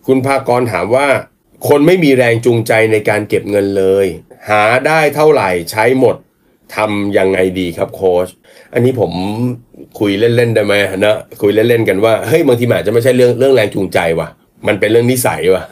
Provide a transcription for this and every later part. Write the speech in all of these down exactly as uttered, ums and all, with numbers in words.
คุณภากรถามว่าคนไม่มีแรงจูงใจในการเก็บเงินเลยหาได้เท่าไหร่ใช้หมดทำยังไงดีครับโค้ชอันนี้ผมคุยเล่นๆได้ไหมนะคุยเล่นๆกันว่าเฮ้ยบางทีมันอาจจะไม่ใช่เรื่องเรื่องแรงจูงใจว่ะมันเป็นเรื่องนิสัยว่ะ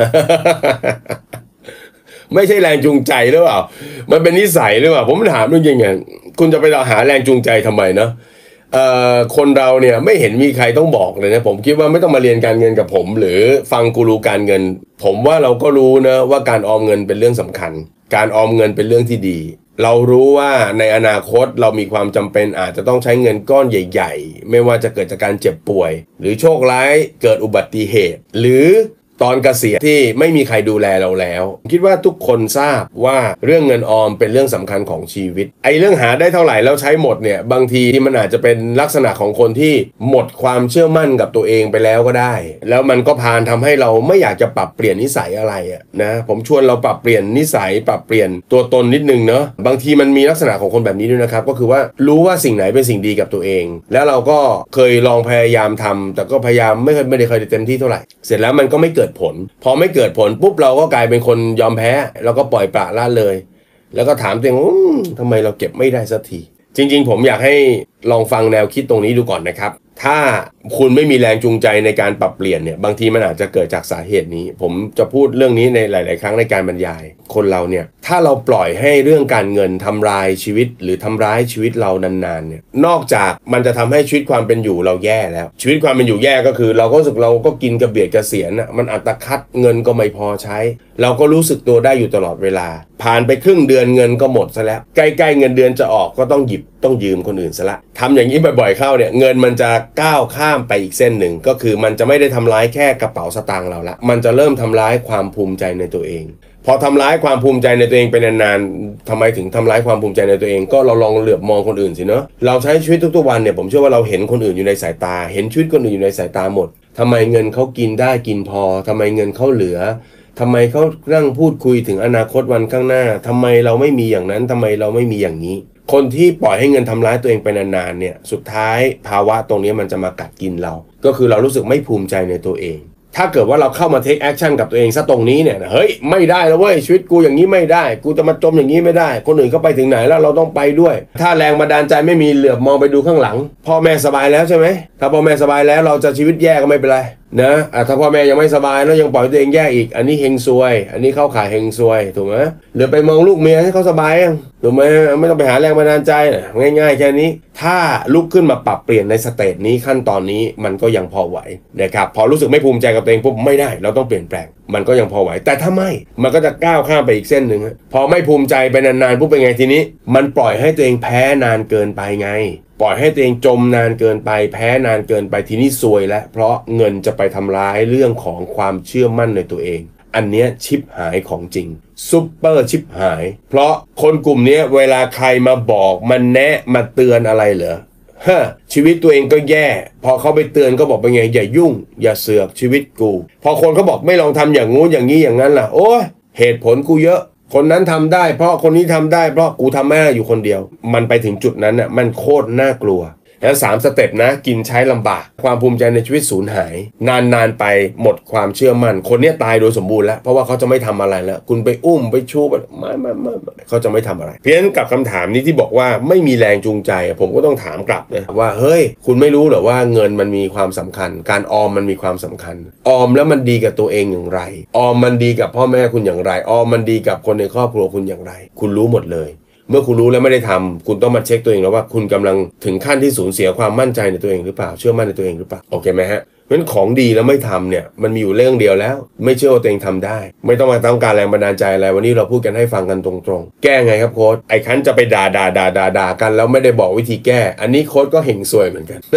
ไม่ใช่แรงจูงใจหรือเปล่ามันเป็นนิสัยหรือเปล่าผมถามจริงๆคุณจะไปหาแรงจูงใจทำไมเนาะเอ่อคนเราเนี่ยไม่เห็นมีใครต้องบอกเลยนะผมคิดว่าไม่ต้องมาเรียนการเงินกับผมหรือฟังกูรูการเงินผมว่าเราก็รู้นะว่าการออมเงินเป็นเรื่องสำคัญการออมเงินเป็นเรื่องที่ดีเรารู้ว่าในอนาคตเรามีความจำเป็นอาจจะต้องใช้เงินก้อนใหญ่ๆไม่ว่าจะเกิดจากการเจ็บป่วยหรือโชคร้ายเกิดอุบัติเหตุหรือตอนเกษียณที่ไม่มีใครดูแลเราแล้วคิดว่าทุกคนทราบว่าเรื่องเงินออมเป็นเรื่องสำคัญของชีวิตไอ้เรื่องหาได้เท่าไหร่แล้วใช้หมดเนี่ยบางทีมันอาจจะเป็นลักษณะของคนที่หมดความเชื่อมั่นกับตัวเองไปแล้วก็ได้แล้วมันก็พาทำให้เราไม่อยากจะปรับเปลี่ยนนิสัยอะไรอ่ะนะผมชวนเราปรับเปลี่ยนนิสัยปรับเปลี่ยนตัวตนนิดนึงเนาะบางทีมันมีลักษณะของคนแบบนี้ด้วยนะครับก็คือว่ารู้ว่าสิ่งไหนเป็นสิ่งดีกับตัวเองแล้วเราก็เคยลองพยายามทำแต่ก็พยายามไม่เคยไม่ได้เคยเต็มที่เท่าไหร่เสร็จแล้วมันก็ไม่เกิดผลพอไม่เกิดผลปุ๊บเราก็กลายเป็นคนยอมแพ้แล้วก็ปล่อยปละละเลยแล้วก็ถามตัวเองทำไมเราเก็บไม่ได้สักทีจริงๆผมอยากให้ลองฟังแนวคิดตรงนี้ดูก่อนนะครับถ้าคุณไม่มีแรงจูงใจในการปรับเปลี่ยนเนี่ยบางทีมันอาจจะเกิดจากสาเหตุนี้ผมจะพูดเรื่องนี้ในหลายๆครั้งในการบรรยายคนเราเนี่ยถ้าเราปล่อยให้เรื่องการเงินทำลายชีวิตหรือทำร้ายชีวิตเรานานๆเนี่ยนอกจากมันจะทำให้ชีวิตความเป็นอยู่เราแย่แล้วชีวิตความเป็นอยู่แย่ก็คือเราก็รู้สึกเราก็กินกระเบียดกระเสียนอ่ะมันอัตคัดเงินก็ไม่พอใช้เราก็รู้สึกตัวได้อยู่ตลอดเวลาผ่านไปครึ่งเดือนเงินก็หมดซะแล้วใกล้ๆเงินเดือนจะออกก็ต้องหยิบต้องยืมคนอื่นซะละทำอย่างนี้บ่อยๆเข้าเนี่ยเงินมันจะก้าวข้ามไปอีกเส้นหนึ่งก็คือมันจะไม่ได้ทำร้ายแค่กระเป๋าสตางค์เราละมันจะเริ่มทำร้ายความภูมิใจในตัวเองพอทำร้ายความภูมิใจในตัวเองไปนานๆทำไมถึงทำร้ายความภูมิใจในตัวเองก็เราลองเหลือบมองคนอื่นสิเนาะเราใช้ชีวิตทุกๆวันเนี่ยผมเชื่อว่าเราเห็นคนอื่นอยู่ในสายตาเห็นชีวิตคนอื่นอยู่ในสายตาหมดทำไมเงินเขากินได้กินพอทำไมเงินเขาเหลือทำไมเขานั่งพูดคุยถึงอนาคตวันข้างหน้าทำไมเราไม่มีอย่างนั้นทำไมเราไม่มีอย่างนี้คนที่ปล่อยให้เงินทำร้ายตัวเองไปนานๆเนี่ยสุดท้ายภาวะตรงนี้มันจะมากัดกินเราก็คือเรารู้สึกไม่ภูมิใจในตัวเองถ้าเกิดว่าเราเข้ามาเทคแอคชั่นกับตัวเองซะตรงนี้เนี่ยเฮ้ยไม่ได้แล้วเว้ยชีวิตกูอย่างนี้ไม่ได้กูจะมาจมอย่างนี้ไม่ได้คนอื่นเขาไปถึงไหนแล้วเราต้องไปด้วยถ้าแรงบันดาลใจไม่มีเหลือบมองไปดูข้างหลังพ่อแม่สบายแล้วใช่ไหมถ้าพ่อแม่สบายแล้วเราจะชีวิตแย่ก็ไม่เป็นไรนะอ่ะถ้าพ่อแม่ยังไม่สบายแล้วยังปล่อยตัวเองแย่อีกอันนี้เฮงซวยอันนี้เข้าข่ายเฮงซวยถูกไหมหรือไปมองลูกเมียให้เขาสบายยังถูกไหมไม่ต้องไปหาแรงบันดาลใจง่ายๆแค่นี้ถ้าลุกขึ้นมาปรับเปลี่ยนในสเตจนี้ขั้นตอนนี้มันก็ยังพอไหวนะครับพอรู้สึกไม่ภูมิใจกับตัวเองปุ๊บไม่ได้เราต้องเปลี่ยนแปลงมันก็ยังพอไหวแต่ถ้าไม่มันก็จะก้าวข้ามไปอีกเส้นหนึ่งพอไม่ภูมิใจไปนานๆปุ๊บเป็นไงทีนี้มันปล่อยให้ตัวเองแพ้นานเกินไปไงปล่อยให้ตัวเองจมนานเกินไปแพ้นานเกินไปทีนี้ซวยแล้วเพราะเงินจะไปทำร้ายเรื่องของความเชื่อมั่นในตัวเองอันเนี้ยชิปหายของจริงซุปเปอร์ชิปหายเพราะคนกลุ่มนี้เวลาใครมาบอกมาแนะมาเตือนอะไรเหรอฮะชีวิตตัวเองก็แย่พอเขาไปเตือนก็บอกเป็นไงอย่ายุ่งอย่าเสือกชีวิตกูพอคนเขาบอกไม่ลองทำอย่างงู้นอย่างนี้อย่างนั้นล่ะโอ้ยเหตุผลกูเยอะคนนั้นทำได้เพราะคนนี้ทำได้เพราะกูทำไม่ได้อยู่คนเดียวมันไปถึงจุดนั้นน่ะมันโคตรน่ากลัวแล้วสามสเต็ปนะกินใช้ลำบากความภูมิใจในชีวิตสูญหายนานๆไปหมดความเชื่อมั่นคนนี้ตายโดยสมบูรณ์แล้วเพราะว่าเขาจะไม่ทำอะไรแล้วคุณไปอุ้มไปชูไปไม่ไม่ไม่เขาจะไม่ทำอะไรเพี้ยนกับคำถามนี้ที่บอกว่าไม่มีแรงจูงใจผมก็ต้องถามกลับนะว่าเฮ้ยคุณไม่รู้เหรอว่าเงินมันมีความสำคัญการออมมันมีความสำคัญออมแล้วมันดีกับตัวเองอย่างไรออมมันดีกับพ่อแม่คุณอย่างไรออมมันดีกับคนในครอบครัวคุณอย่างไรคุณรู้หมดเลยเมื่อคุณรู้แล้วไม่ได้ทำคุณต้องมาเช็คตัวเองแล้วว่าคุณกำลังถึงขั้นที่สูญเสียความมั่นใจในตัวเองหรือเปล่าเชื่อมั่นในตัวเองหรือเปล่าโอเคไหมฮะเพราะฉะนั้นของดีแล้วไม่ทำเนี่ยมันมีอยู่เรื่องเดียวแล้วไม่เชื่อว่าตัวเองทำได้ไม่ต้องมาต้องการแรงบันดาลใจอะไรวันนี้เราพูดกันให้ฟังกันตรงๆแก้ไงครับโค้ชไอ้คันจะไปด่าด่าด่าด่าด่ากันแล้วไม่ได้บอกวิธีแก้อันนี้โค้ชก็เฮงซวยเหมือนกัน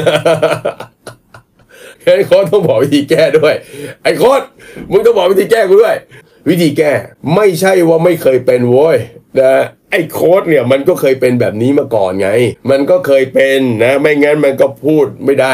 ไอ้โค้ชต้องบอกวิธีแก้ด้วยไอ้โค้ชมึงต้องบอกวิธีแก้กูด้วยวิธีแก้ไม่ใช่ว่าไม่เคยเป็นโว้ยนะไอ้โค้ดเนี่ยมันก็เคยเป็นแบบนี้มาก่อนไงมันก็เคยเป็นนะไม่งั้นมันก็พูดไม่ได้หรอก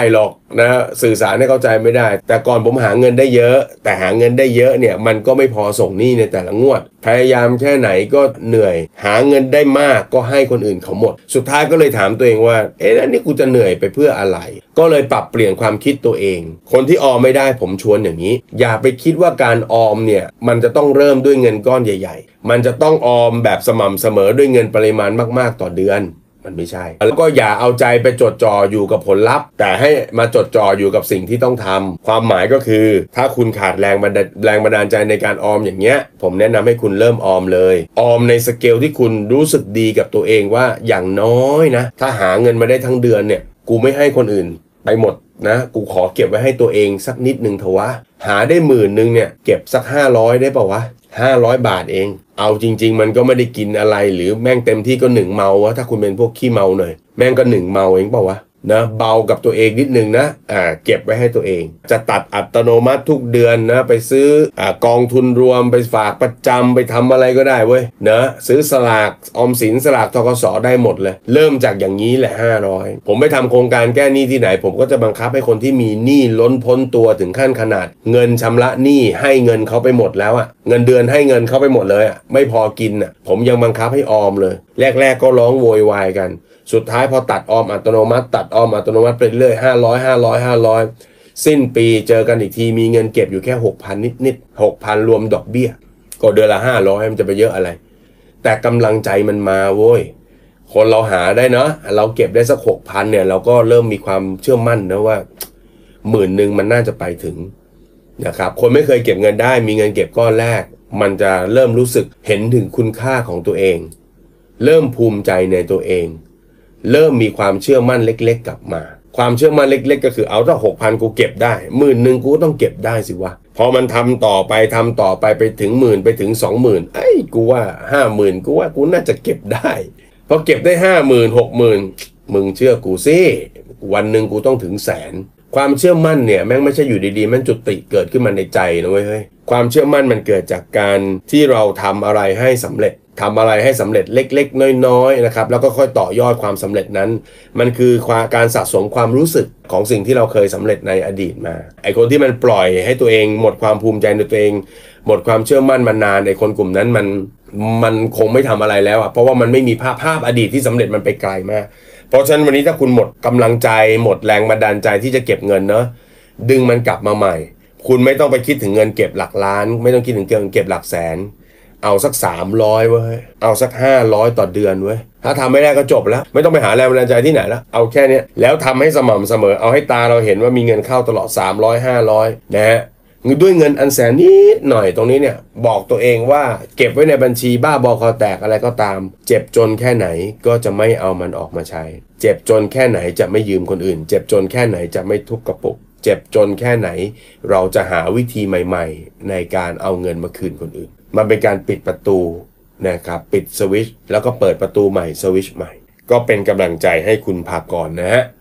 นะสื่อสารให้เข้าใจไม่ได้แต่ก่อนผมหาเงินได้เยอะแต่หาเงินได้เยอะเนี่ยมันก็ไม่พอส่งหนี้ในแต่ละงวดพยายามแค่ไหนก็เหนื่อยหาเงินได้มากก็ให้คนอื่นเขาหมดสุดท้ายก็เลยถามตัวเองว่าเอ๊ะแล้วนี่กูจะเหนื่อยไปเพื่ออะไรก็เลยปรับเปลี่ยนความคิดตัวเองคนที่ออมไม่ได้ผมชวนอย่างนี้อย่าไปคิดว่าการออมเนี่ยมันจะต้องเริ่มด้วยเงินก้อนใหญ่ๆมันจะต้องออมแบบสม่ำเสมอด้วยเงินปริมาณมากๆต่อเดือนมันไม่ใช่แล้วก็อย่าเอาใจไปจดจ่ออยู่กับผลลัพธ์แต่ให้มาจดจ่ออยู่กับสิ่งที่ต้องทำความหมายก็คือถ้าคุณขาดแรงบันดาลแรงบันดาลใจในการออมอย่างเงี้ยผมแนะนำให้คุณเริ่มออมเลยออมในสเกลที่คุณรู้สึกดีกับตัวเองว่าอย่างน้อยนะถ้าหาเงินมาได้ทั้งเดือนเนี่ยกูไม่ให้คนอื่นไปหมดนะกูขอเก็บไว้ให้ตัวเองสักนิดนึงเถอะวะหาได้หมื่นนึงเนี่ยเก็บสักห้าร้อยได้ป่าววะห้าร้อยบาทเองเอาจริงๆมันก็ไม่ได้กินอะไรหรือแม่งเต็มที่ก็หนึ่งเมาวะถ้าคุณเป็นพวกขี้เมาหน่อยแม่งก็หนึ่งเมาเองเปล่าวะนะเบากับตัวเองนิดนึงนะอ่าเก็บไว้ให้ตัวเองจะตัดอัตโนมัติทุกเดือนนะไปซื้ออ่ากองทุนรวมไปฝากประจำไปทำอะไรก็ได้เว้ยนะซื้อสลากออมสินสลากธกสได้หมดเลยเริ่มจากอย่างนี้แหละห้าร้อยผมไปทำโครงการแก้หนี้ที่ไหนผมก็จะบังคับให้คนที่มีหนี้ล้นพ้นตัวถึงขั้นขนาดเงินชำระหนี้ให้เงินเขาไปหมดแล้วอะเงินเดือนให้เงินเขาไปหมดเลยอะไม่พอกินอะผมยังบังคับให้ออมเลยแรกๆก็ร้องโวยวายกันสุดท้ายพอตัดออมอัตโนมัติตัดออมอัตโนมัติไปเรื่อยห้าร้อย ห้าร้อย ห้าร้อยสิ้นปีเจอกันอีกทีมีเงินเก็บอยู่แค่ หกพัน นิดๆ หกพัน รวมดอกเบี้ยก็เดือนละห้าร้อยมันจะไปเยอะอะไรแต่กำลังใจมันมาโว้ยคนเราหาได้เนาะเราเก็บได้สัก หกพัน เนี่ยเราก็เริ่มมีความเชื่อมั่นนะว่าหมื่นนึงมันน่าจะไปถึงนะครับคนไม่เคยเก็บเงินได้มีเงินเก็บก้อนแรกมันจะเริ่มรู้สึกเห็นถึงคุณค่าของตัวเองเริ่มภูมิใจในตัวเองเริ่มมีความเชื่อมั่นเล็กๆกลับมาความเชื่อมั่นเล็กๆก็คือเอาถ้า หกพัน กูเก็บได้หมื่นนึงกูก็ต้องเก็บได้สิวะพอมันทำต่อไปทำต่อไปไปถึงหมื่นไปถึง สองหมื่นไอ้กูว่า ห้าหมื่น กูว่ากูน่าจะเก็บได้พอเก็บได้ ห้าหมื่น หกหมื่น มึงเชื่อกูสิวันนึงกูต้องถึงแสนความเชื่อมั่นเนี่ยแม่งไม่ใช่อยู่ดีๆมันจุติเกิดขึ้นมาในใจนะเว้ยเฮ้ยความเชื่อมั่นมันเกิดจากการที่เราทำอะไรให้สำเร็จทำอะไรให้สำเร็จเล็กๆน้อยๆนะครับแล้วก็ค่อยต่อยอดความสำเร็จนั้นมันคือการสะสมความรู้สึกของสิ่งที่เราเคยสำเร็จในอดีตมาไอคนที่มันปล่อยให้ตัวเองหมดความภูมิใจในตัวเองหมดความเชื่อมั่นมานานไอคนกลุ่มนั้นมันมันคงไม่ทำอะไรแล้วอ่ะเพราะว่ามันไม่มีภาพภาพอดีตที่สำเร็จมันไปไกลมากเพราะฉะนั้นวันนี้ถ้าคุณหมดกำลังใจหมดแรงบันดาลใจที่จะเก็บเงินเนาะดึงมันกลับมาใหม่คุณไม่ต้องไปคิดถึงเงินเก็บหลักล้านไม่ต้องคิดถึงเงินเก็บหลักแสนเอาสักสามร้อยเว้ยเอาสักห้าร้อยต่อเดือนเว้ยถ้าทำไม่ได้ก็จบแล้วไม่ต้องไปหาแรงบันดาลใจที่ไหนแล้วเอาแค่นี้แล้วทำให้สม่ำเสมอเอาให้ตาเราเห็นว่ามีเงินเข้าตลอดสามร้อย ห้าร้อยนะฮะด้วยเงินอันแสนนิดหน่อยตรงนี้เนี่ยบอกตัวเองว่าเก็บไว้ในบัญชีบ้าบอคอแตกอะไรก็ตามเจ็บจนแค่ไหนก็จะไม่เอามันออกมาใช้เจ็บจนแค่ไหนจะไม่ยืมคนอื่นเจ็บจนแค่ไหนจะไม่ทุบกระปุกเจ็บจนแค่ไหนเราจะหาวิธีใหม่ๆในการเอาเงินมาคืนคนอื่นมันเป็นการปิดประตูนะครับปิดสวิตช์แล้วก็เปิดประตูใหม่สวิตช์ใหม่ก็เป็นกำลังใจให้คุณภากรนะฮะ